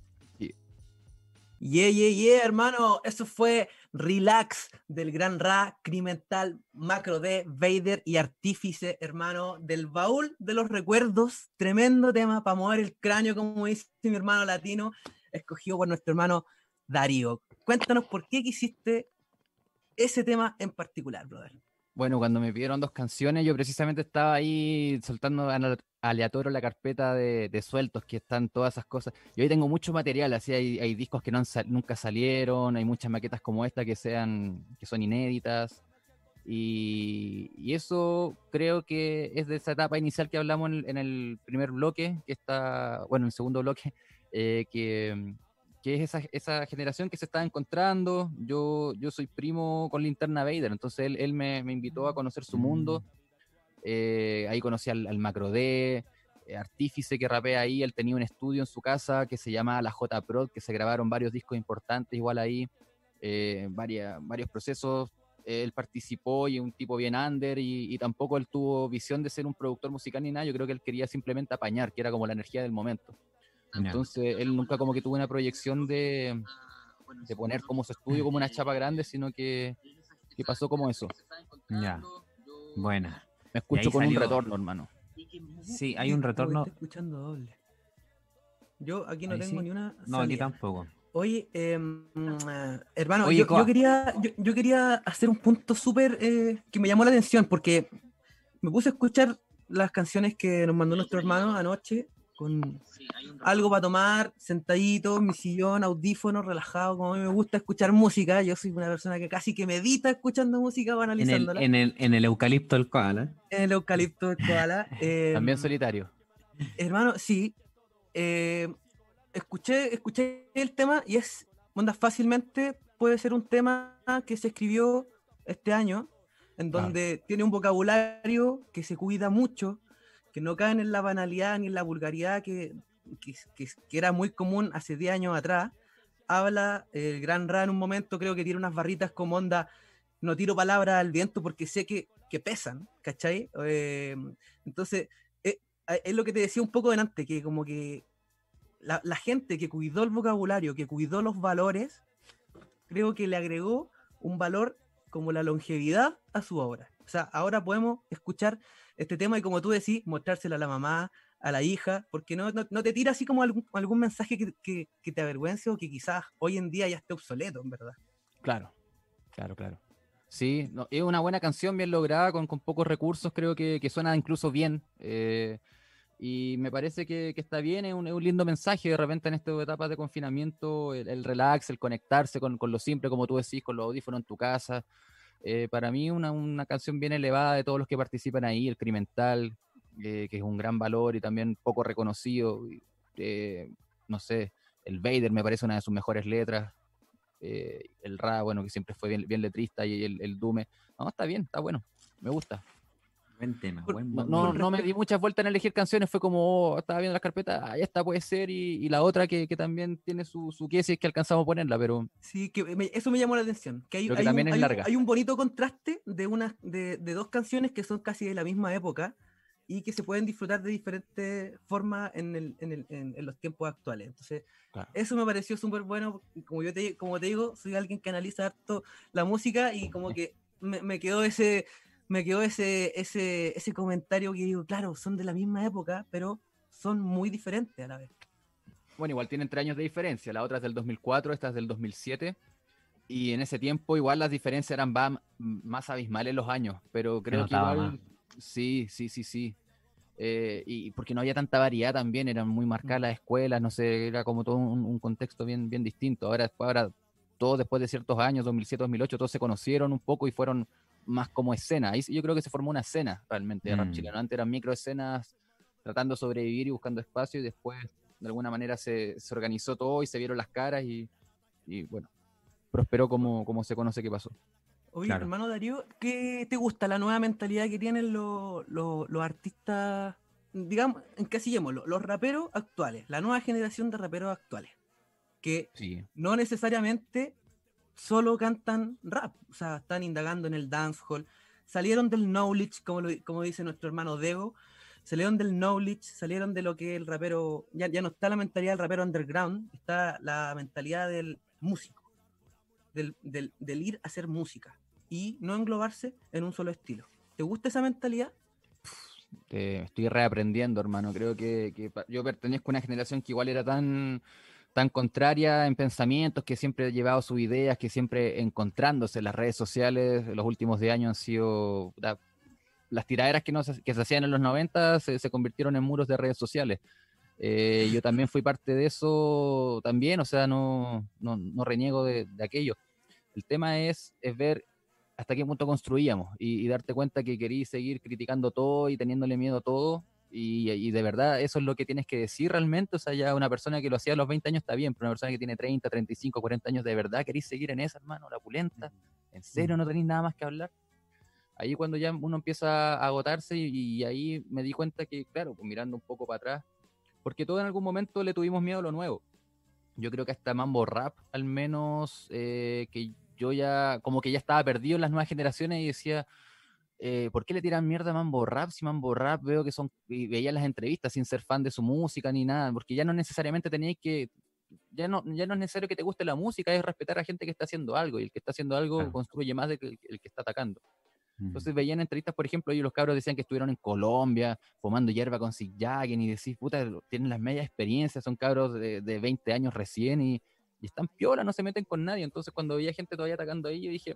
Yeah, hermano, eso fue Relax del Gran Ra, Crimental, Macro D, Vader y Artífice, hermano, del baúl de los recuerdos. Tremendo tema para mover el cráneo, como dice mi hermano latino, escogido por nuestro hermano Darío. Cuéntanos por qué quisiste ese tema en particular, brother. Bueno, cuando me pidieron 2 canciones, yo precisamente estaba ahí soltando aleatorio la carpeta de sueltos, que están todas esas cosas. Y hoy tengo mucho material, así hay discos que nunca salieron, hay muchas maquetas como esta que son inéditas. Y eso creo que es de esa etapa inicial que hablamos en el primer bloque, en el segundo bloque, que es esa generación que se está encontrando. Yo soy primo con Linterna Vader, entonces él me invitó a conocer su mundo. Ahí conocí al Macro D, Artífice, que rapea ahí. Él tenía un estudio en su casa que se llamaba la J-Prod, que se grabaron varios discos importantes igual ahí, varios procesos. Él participó y es un tipo bien under, y tampoco él tuvo visión de ser un productor musical ni nada. Yo creo que él quería simplemente apañar, que era como la energía del momento. Entonces él nunca como que tuvo una proyección de poner como su estudio como una chapa grande, sino que pasó como eso. Ya, buena. Me escucho con un retorno, hermano. Sí, hay un retorno. Estoy escuchando doble. Yo aquí no Ahí tengo sí. ni una No, salida. aquí tampoco. Oye, hermano, Oye, yo quería hacer un punto súper que me llamó la atención, porque me puse a escuchar las canciones que nos mandó nuestro hermano anoche, con algo para tomar, sentadito, en mi sillón, audífonos, relajado, como a mí me gusta escuchar música. Yo soy una persona que casi que medita escuchando música o analizándola. En el eucalipto del koala. En el eucalipto del koala. También solitario. Hermano, sí. Escuché el tema y fácilmente puede ser un tema que se escribió este año, en donde tiene un vocabulario que se cuida mucho, que no caen en la banalidad ni en la vulgaridad que era muy común hace 10 años atrás. Habla el Gran Ra en un momento, creo que tiene unas barritas como onda, no tiro palabras al viento porque sé que pesan, ¿cachai? Entonces, es lo que te decía un poco delante, que como que la gente que cuidó el vocabulario, que cuidó los valores, creo que le agregó un valor como la longevidad a su obra. O sea, ahora podemos escuchar este tema y, como tú decís, mostrárselo a la mamá, a la hija, porque no te tira así como algún mensaje que te avergüence o que quizás hoy en día ya esté obsoleto, en verdad. Claro. Sí, no, es una buena canción, bien lograda, con pocos recursos, creo que suena incluso bien. Y me parece que está bien, es un lindo mensaje de repente en estas etapas de confinamiento, el relax, el conectarse con lo simple, como tú decís, con los audífonos en tu casa. Para mí una canción bien elevada de todos los que participan ahí, el Crimental, que es un gran valor y también poco reconocido. No sé, el Vader me parece una de sus mejores letras. El Ra, bueno, que siempre fue bien letrista, y el Dume. No, está bien, está bueno, me gusta. Buen tema. No me di muchas vueltas en elegir canciones, fue como, estaba viendo las carpetas, esta puede ser, y la otra que también tiene su que si es que alcanzamos a ponerla, pero... Sí, eso me llamó la atención, que Creo que también es larga. Hay un bonito contraste de dos canciones que son casi de la misma época y que se pueden disfrutar de diferentes formas en los tiempos actuales. Entonces, claro, eso me pareció súper bueno. Como te digo, soy alguien que analiza harto la música y como que me quedó ese comentario que digo, claro, son de la misma época, pero son muy diferentes a la vez. Bueno, igual tienen 3 años de diferencia, la otra es del 2004, esta es del 2007, y en ese tiempo igual las diferencias eran más abismales los años, pero creo que igual... Sí. y porque no había tanta variedad también, eran muy marcadas las escuelas, no sé, era como todo un contexto bien, bien distinto. Ahora todos después de ciertos años, 2007, 2008, todos se conocieron un poco y fueron más como escena. Ahí yo creo que se formó una escena realmente de rap chileno. Antes eran microescenas tratando de sobrevivir y buscando espacio, y después de alguna manera se organizó todo y se vieron las caras y bueno, prosperó como se conoce que pasó. Oye, claro. Hermano Darío, ¿qué te gusta la nueva mentalidad que tienen los artistas, digamos, encasillémoslo, los raperos actuales, la nueva generación de raperos actuales, que sí, no necesariamente solo cantan rap, o sea, están indagando en el dancehall, salieron del knowledge, como dice nuestro hermano Dego, salieron del knowledge, salieron de lo que el rapero, ya no está la mentalidad del rapero underground, está la mentalidad del músico, del ir a hacer música y no englobarse en un solo estilo. ¿Te gusta esa mentalidad? Estoy reaprendiendo, hermano. Creo que yo pertenezco a una generación que igual era tan contraria en pensamientos, que siempre ha llevado sus ideas, que siempre encontrándose en las redes sociales, los últimos 10 años han sido... las tiraderas que se hacían en los 90 se convirtieron en muros de redes sociales. Yo también fui parte de eso también, o sea, no reniego de aquello. El tema es ver hasta qué punto construíamos y darte cuenta que querías seguir criticando todo y teniéndole miedo a todo, y de verdad eso es lo que tienes que decir realmente. O sea, ya una persona que lo hacía a los 20 años está bien, pero una persona que tiene 30, 35, 40 años, ¿de verdad querís seguir en esa, hermano? La pulenta, ¿en serio no tenéis nada más que hablar? Ahí cuando ya uno empieza a agotarse, y ahí me di cuenta que, claro, pues mirando un poco para atrás, porque todos en algún momento le tuvimos miedo a lo nuevo. Yo creo que hasta Mambo Rap, al menos, que yo ya, como que ya estaba perdido en las nuevas generaciones y decía, ¿por qué le tiran mierda a Mambo Rap? Si Mambo Rap veo que son, y veía las entrevistas sin ser fan de su música ni nada, porque ya no necesariamente tenéis que, ya no es necesario que te guste la música, es respetar a gente que está haciendo algo, y el que está haciendo algo claro, construye más de que el que está atacando. Entonces veían entrevistas, por ejemplo, y los cabros decían que estuvieron en Colombia fumando hierba con Sig Jagen, y decís, puta, tienen las medias experiencias, son cabros de 20 años recién y están piola, no se meten con nadie. Entonces cuando veía gente todavía atacando ahí, yo dije,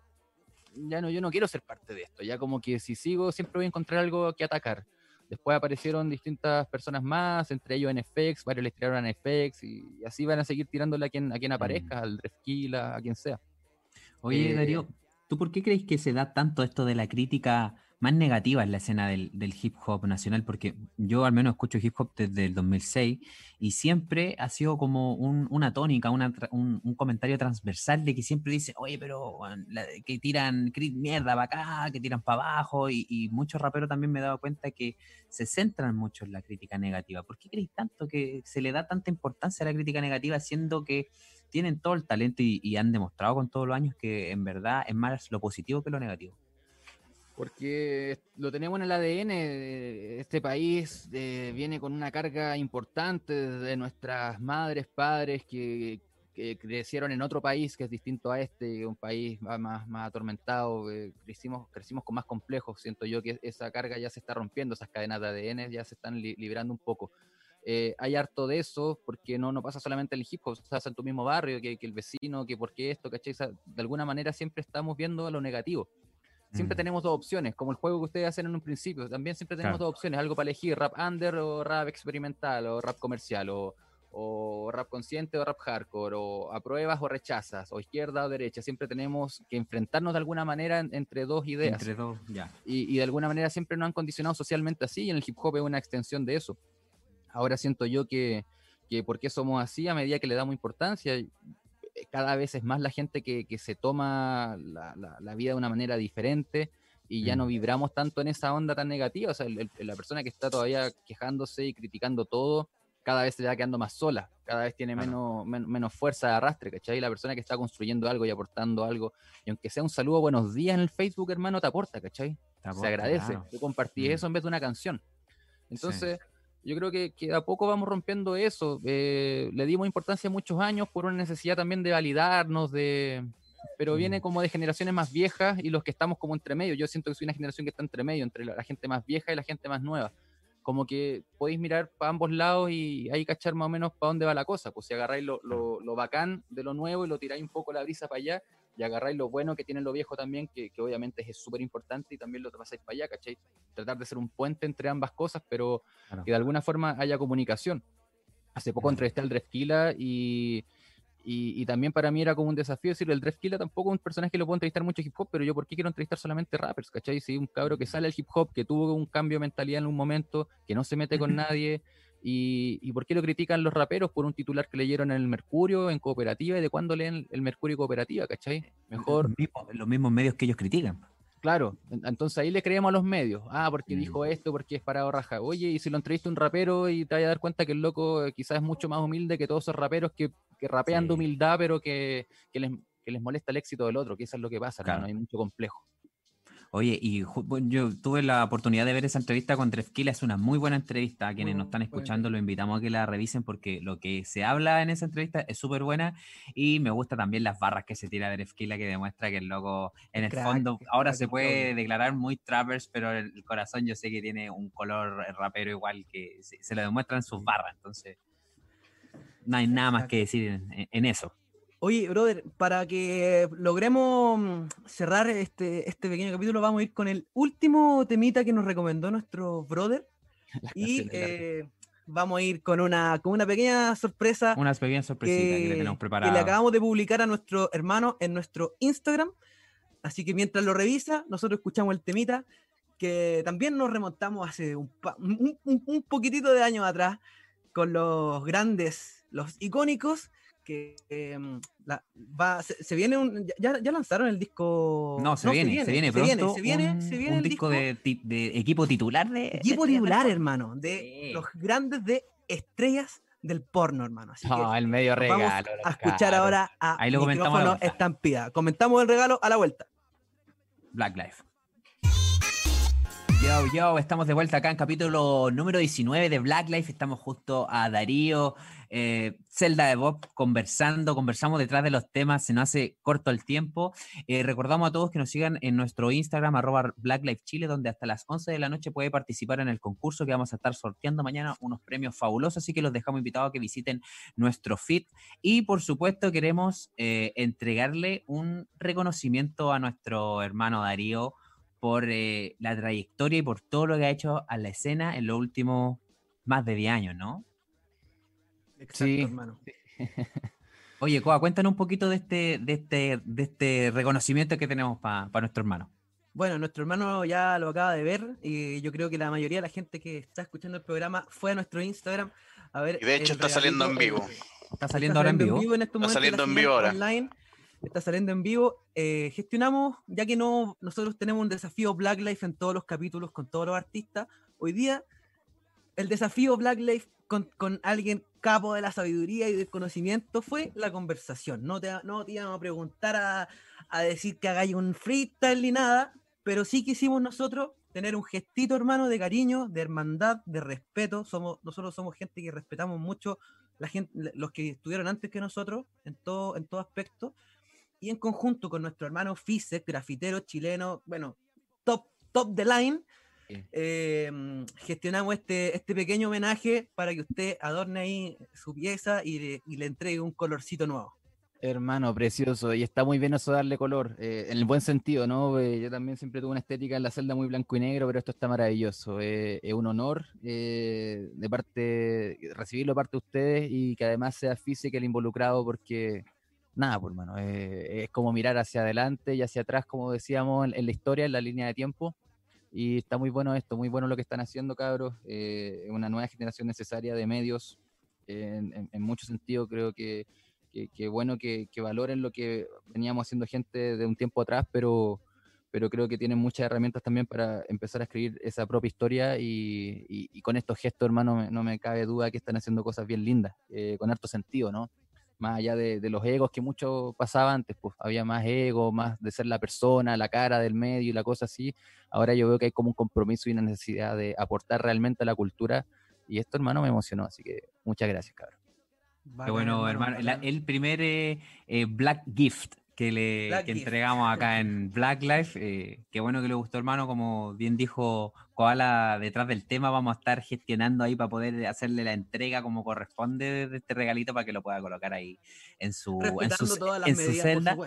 yo no quiero ser parte de esto, ya como que si sigo siempre voy a encontrar algo que atacar. Después aparecieron distintas personas más, entre ellos NFX, varios les tiraron a NFX, y así van a seguir tirándole a quien aparezca, al Drefkila, a quien sea. Oye, Darío, ¿tú por qué crees que se da tanto esto de la crítica más negativa en la escena del hip hop nacional? Porque yo al menos escucho hip hop desde el 2006 y siempre ha sido como una tónica, un comentario transversal de que siempre dice, oye, pero que tiran mierda para acá, que tiran para abajo, y muchos raperos también me he dado cuenta que se centran mucho en la crítica negativa. ¿Por qué crees tanto que se le da tanta importancia a la crítica negativa, siendo que tienen todo el talento y han demostrado con todos los años que en verdad es más lo positivo que lo negativo? Porque lo tenemos en el ADN, este país viene con una carga importante de nuestras madres, padres que crecieron en otro país que es distinto a este, un país más atormentado, crecimos con más complejos. Siento yo que esa carga ya se está rompiendo, esas cadenas de ADN ya se están liberando un poco. Hay harto de eso, porque no pasa solamente en el hip hop, o sea, en tu mismo barrio, que el vecino, que por qué esto, ¿cachai? O sea, de alguna manera siempre estamos viendo lo negativo. Siempre tenemos dos opciones, como el juego que ustedes hacen en un principio, también siempre tenemos dos opciones, algo para elegir, rap under o rap experimental, o rap comercial, o rap consciente o rap hardcore, o apruebas o rechazas, o izquierda o derecha. Siempre tenemos que enfrentarnos de alguna manera entre dos ideas. Entre dos, ya. Y de alguna manera siempre nos han condicionado socialmente así, y en el hip hop es una extensión de eso. Ahora siento yo que por qué somos así, a medida que le damos importancia, cada vez es más la gente que se toma la vida de una manera diferente, y ya no vibramos tanto en esa onda tan negativa. O sea, la persona que está todavía quejándose y criticando todo, cada vez se va quedando más sola, cada vez tiene menos fuerza de arrastre, ¿cachai? La persona que está construyendo algo y aportando algo, y aunque sea un saludo, buenos días en el Facebook, hermano, te aporta, ¿cachai? Se agradece, claro. Tú compartís eso en vez de una canción. Entonces... Sí. Yo creo que a poco vamos rompiendo eso. Le dimos importancia muchos años por una necesidad también de validarnos, pero viene como de generaciones más viejas y los que estamos como entre medio. Yo siento que soy una generación que está entre medio, entre la gente más vieja y la gente más nueva. Como que podéis mirar para ambos lados y ahí cachar más o menos para dónde va la cosa. Pues si agarráis lo bacán de lo nuevo y lo tiráis un poco la brisa para allá, y agarráis lo bueno que tiene lo viejo también, que obviamente es súper importante, y también lo pasáis para allá, ¿cachai? Tratar de ser un puente entre ambas cosas, pero Claro. que de alguna forma haya comunicación. Hace poco entrevisté al Drefkila y también para mí era como un desafío decir, el Drefkila tampoco es un personaje que lo puedo entrevistar mucho hip hop, pero yo ¿por qué quiero entrevistar solamente rappers? ¿Cachai? Si un cabro que sale al hip hop, que tuvo un cambio de mentalidad en un momento, que no se mete con nadie, y ¿por qué lo critican los raperos por un titular que leyeron en el Mercurio, en Cooperativa, y de cuándo leen el Mercurio y Cooperativa? ¿Cachai? Mejor... Los mismos medios que ellos critican. Claro, entonces ahí le creemos a los medios. Porque dijo esto, porque es parado raja. Oye, y si lo entrevista un rapero y te vas a dar cuenta que el loco quizás es mucho más humilde que todos esos raperos que rapean de humildad, pero que les molesta el éxito del otro, que eso es lo que pasa, claro. Hermano, hay mucho complejo. Oye, y yo tuve la oportunidad de ver esa entrevista con Drefkila, es una muy buena entrevista. A quienes nos están escuchando, lo invitamos a que la revisen porque lo que se habla en esa entrevista es súper buena, y me gusta también las barras que se tira Drefkila, que demuestra que el loco, en el fondo, ahora se puede declarar muy trappers, pero el corazón yo sé que tiene un color rapero igual, que se lo demuestra en sus barras, entonces no hay nada más que decir en eso. Oye, brother, para que logremos cerrar este pequeño capítulo, vamos a ir con el último temita que nos recomendó nuestro brother. Y vamos a ir con una pequeña sorpresa. Unas pequeñas sorpresitas que le tenemos preparadas. Que le acabamos de publicar a nuestro hermano en nuestro Instagram. Así que mientras lo revisa, nosotros escuchamos el temita, que también nos remontamos hace un poquitito de años atrás, con los grandes, los icónicos, que se viene ya lanzaron el disco. Se viene pronto. Se viene un disco de equipo titular hermano, de los grandes de estrellas del porno, hermano. Así que el medio regalo. Vamos a escuchar ahora a ahí lo Micrófono Estampida. Comentamos el regalo a la vuelta. Black Life. Yo, estamos de vuelta acá en capítulo número 19 de Black Life. Estamos justo a Darío, Zelda de Bob, conversamos detrás de los temas, se nos hace corto el tiempo. Recordamos a todos que nos sigan en nuestro Instagram, @BlackLifeChile, donde hasta las 11 de la noche puede participar en el concurso que vamos a estar sorteando mañana, unos premios fabulosos, así que los dejamos invitados a que visiten nuestro feed. Y por supuesto queremos entregarle un reconocimiento a nuestro hermano Darío, por la trayectoria y por todo lo que ha hecho a la escena en los últimos más de 10 años, ¿no? Exacto, sí, hermano. Oye, Coa, cuéntanos un poquito de este reconocimiento que tenemos para nuestro hermano. Bueno, nuestro hermano ya lo acaba de ver, y yo creo que la mayoría de la gente que está escuchando el programa fue a nuestro Instagram a ver. Y de hecho está saliendo en vivo. Está saliendo ahora en vivo. En este momento, está saliendo en vivo ahora. Online. Está saliendo en vivo. Gestionamos, ya que nosotros tenemos un desafío Black Life en todos los capítulos con todos los artistas. Hoy día, el desafío Black Life con alguien capo de la sabiduría y del conocimiento fue la conversación. No te íbamos a preguntar a decir que hagáis un freestyle ni nada, pero sí quisimos nosotros tener un gestito, hermano, de cariño, de hermandad, de respeto. Nosotros somos gente que respetamos mucho la gente, los que estuvieron antes que nosotros en todo aspecto. Y en conjunto con nuestro hermano Fisek, grafitero chileno, bueno, top the line, gestionamos este pequeño homenaje para que usted adorne ahí su pieza y le entregue un colorcito nuevo. Hermano, precioso, y está muy bien eso darle color, en el buen sentido, ¿no? Yo también siempre tuve una estética en la celda muy blanco y negro, pero esto está maravilloso. Es un honor recibirlo de parte de ustedes, y que además sea Fisek el involucrado, porque... Nada, pues, hermano, es como mirar hacia adelante y hacia atrás, como decíamos, en la historia, en la línea de tiempo, y está muy bueno esto, muy bueno lo que están haciendo, cabros. Una nueva generación necesaria de medios, en muchos sentidos. Creo que bueno que valoren lo que veníamos haciendo gente de un tiempo atrás, pero creo que tienen muchas herramientas también para empezar a escribir esa propia historia, y con estos gestos, hermano, no me cabe duda que están haciendo cosas bien lindas, con harto sentido, ¿no? Más allá de los egos que mucho pasaba antes, pues había más ego, más de ser la persona, la cara del medio y la cosa así. Ahora yo veo que hay como un compromiso y una necesidad de aportar realmente a la cultura, y esto, hermano, me emocionó, así que muchas gracias, cabrón. Qué bueno, hermano. El primer Black Gift que entregamos acá en Black Life. Qué bueno que le gustó, hermano. Como bien dijo Koala, detrás del tema vamos a estar gestionando ahí para poder hacerle la entrega como corresponde de este regalito, para que lo pueda colocar ahí en su celda.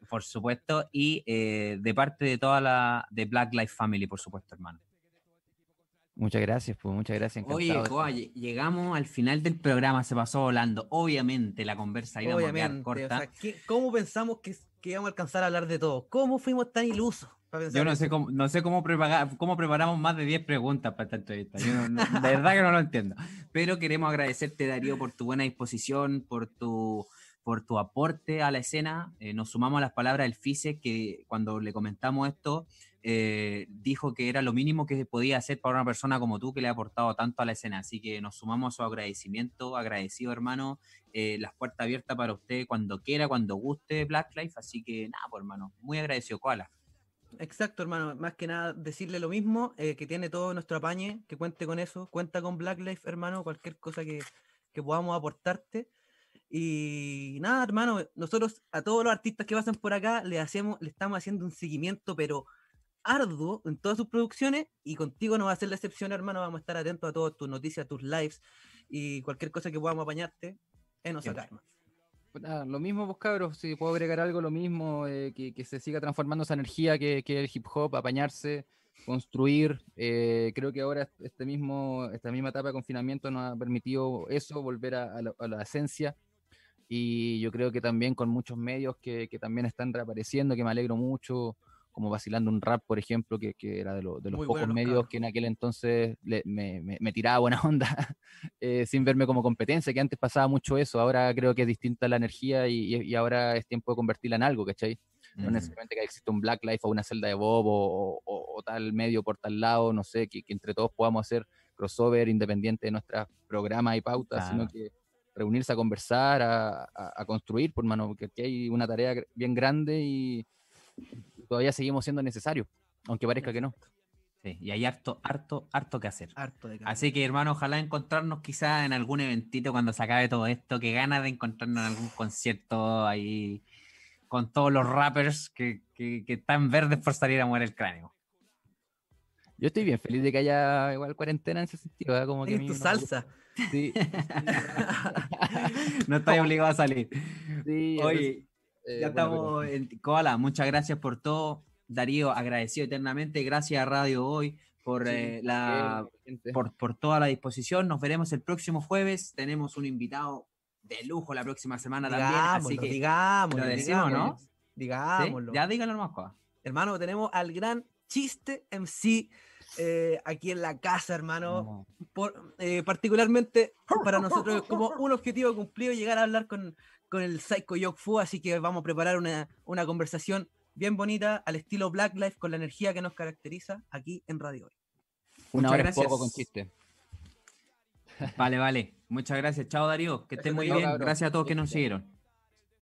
por supuesto, y de parte de de Black Lives Family, por supuesto, hermano. Muchas gracias, pues muchas gracias. Oye, Joa, llegamos al final del programa, se pasó volando. Obviamente la conversa iba a quedar corta. O sea, ¿cómo pensamos que íbamos a alcanzar a hablar de todo? ¿Cómo fuimos tan ilusos? Yo no sé cómo preparamos más de 10 preguntas para esta entrevista. Yo de verdad que no lo entiendo. Pero queremos agradecerte, Darío, por tu buena disposición, por tu aporte a la escena. Nos sumamos a las palabras del FISE, que cuando le comentamos esto, dijo que era lo mínimo que podía hacer para una persona como tú, que le ha aportado tanto a la escena. Así que nos sumamos a su agradecimiento. Agradecido, hermano. Las puertas abiertas para usted cuando quiera, cuando guste Black Life. Así que nada, pues, hermano, muy agradecido, Koala. Exacto, hermano. Más que nada decirle lo mismo, que tiene todo nuestro apañe, que cuente con eso, cuenta con Black Life, hermano, cualquier cosa que podamos aportarte. Y nada, hermano, nosotros a todos los artistas que pasan por acá le estamos haciendo un seguimiento, pero arduo en todas sus producciones, y contigo no va a ser la excepción, hermano. Vamos a estar atentos a todas tus noticias, tus lives y cualquier cosa que podamos apañarte en acá, hermano. Nada, lo mismo, pues cabros, si puedo agregar algo, lo mismo, que se siga transformando esa energía que el hip hop, apañarse, construir. Creo que ahora esta misma etapa de confinamiento nos ha permitido eso, volver a la esencia, y yo creo que también con muchos medios que también están reapareciendo, que me alegro mucho, como Vacilando un Rap, por ejemplo, que era de los pocos medios que en aquel entonces me tiraba buena onda, sin verme como competencia, que antes pasaba mucho eso. Ahora creo que es distinta la energía, y ahora es tiempo de convertirla en algo, ¿cachai? No necesariamente que exista un Black Life o una celda de Bob o tal medio por tal lado, no sé, que entre todos podamos hacer crossover independiente de nuestros programas y pautas, sino que reunirse a conversar, a construir, por mano, porque aquí hay una tarea bien grande y todavía seguimos siendo necesarios, aunque parezca que no. Sí, y hay harto que hacer. Harto de Así que, hermano, ojalá encontrarnos quizás en algún eventito cuando se acabe todo esto, que ganas de encontrarnos en algún concierto ahí con todos los rappers que están verdes por salir a mover el cráneo. Yo estoy bien feliz de que haya igual cuarentena en ese sentido, ¿eh? Como que tu salsa. Sí. No estoy obligado a salir. Sí, oye, ya estamos en Koala, muchas gracias por todo. Darío, agradecido eternamente. Gracias a Radio Hoy por toda la disposición. Nos veremos el próximo jueves. Tenemos un invitado de lujo la próxima semana también. Así que digámoslo, lo decimos, ¿no? Digámoslo. ¿Sí? Ya díganlo nomás, Koala. Hermano, tenemos al gran Chiste MC aquí en la casa, hermano. Particularmente para nosotros es como un objetivo cumplido llegar a hablar con el Psycho Yok Fu, así que vamos a preparar una conversación bien bonita al estilo Black Life, con la energía que nos caracteriza aquí en Radio Hoy. Una hora es poco con Chiste. Vale. Muchas gracias. Chao, Darío. Que estés muy bien. Gracias a todos que nos siguieron.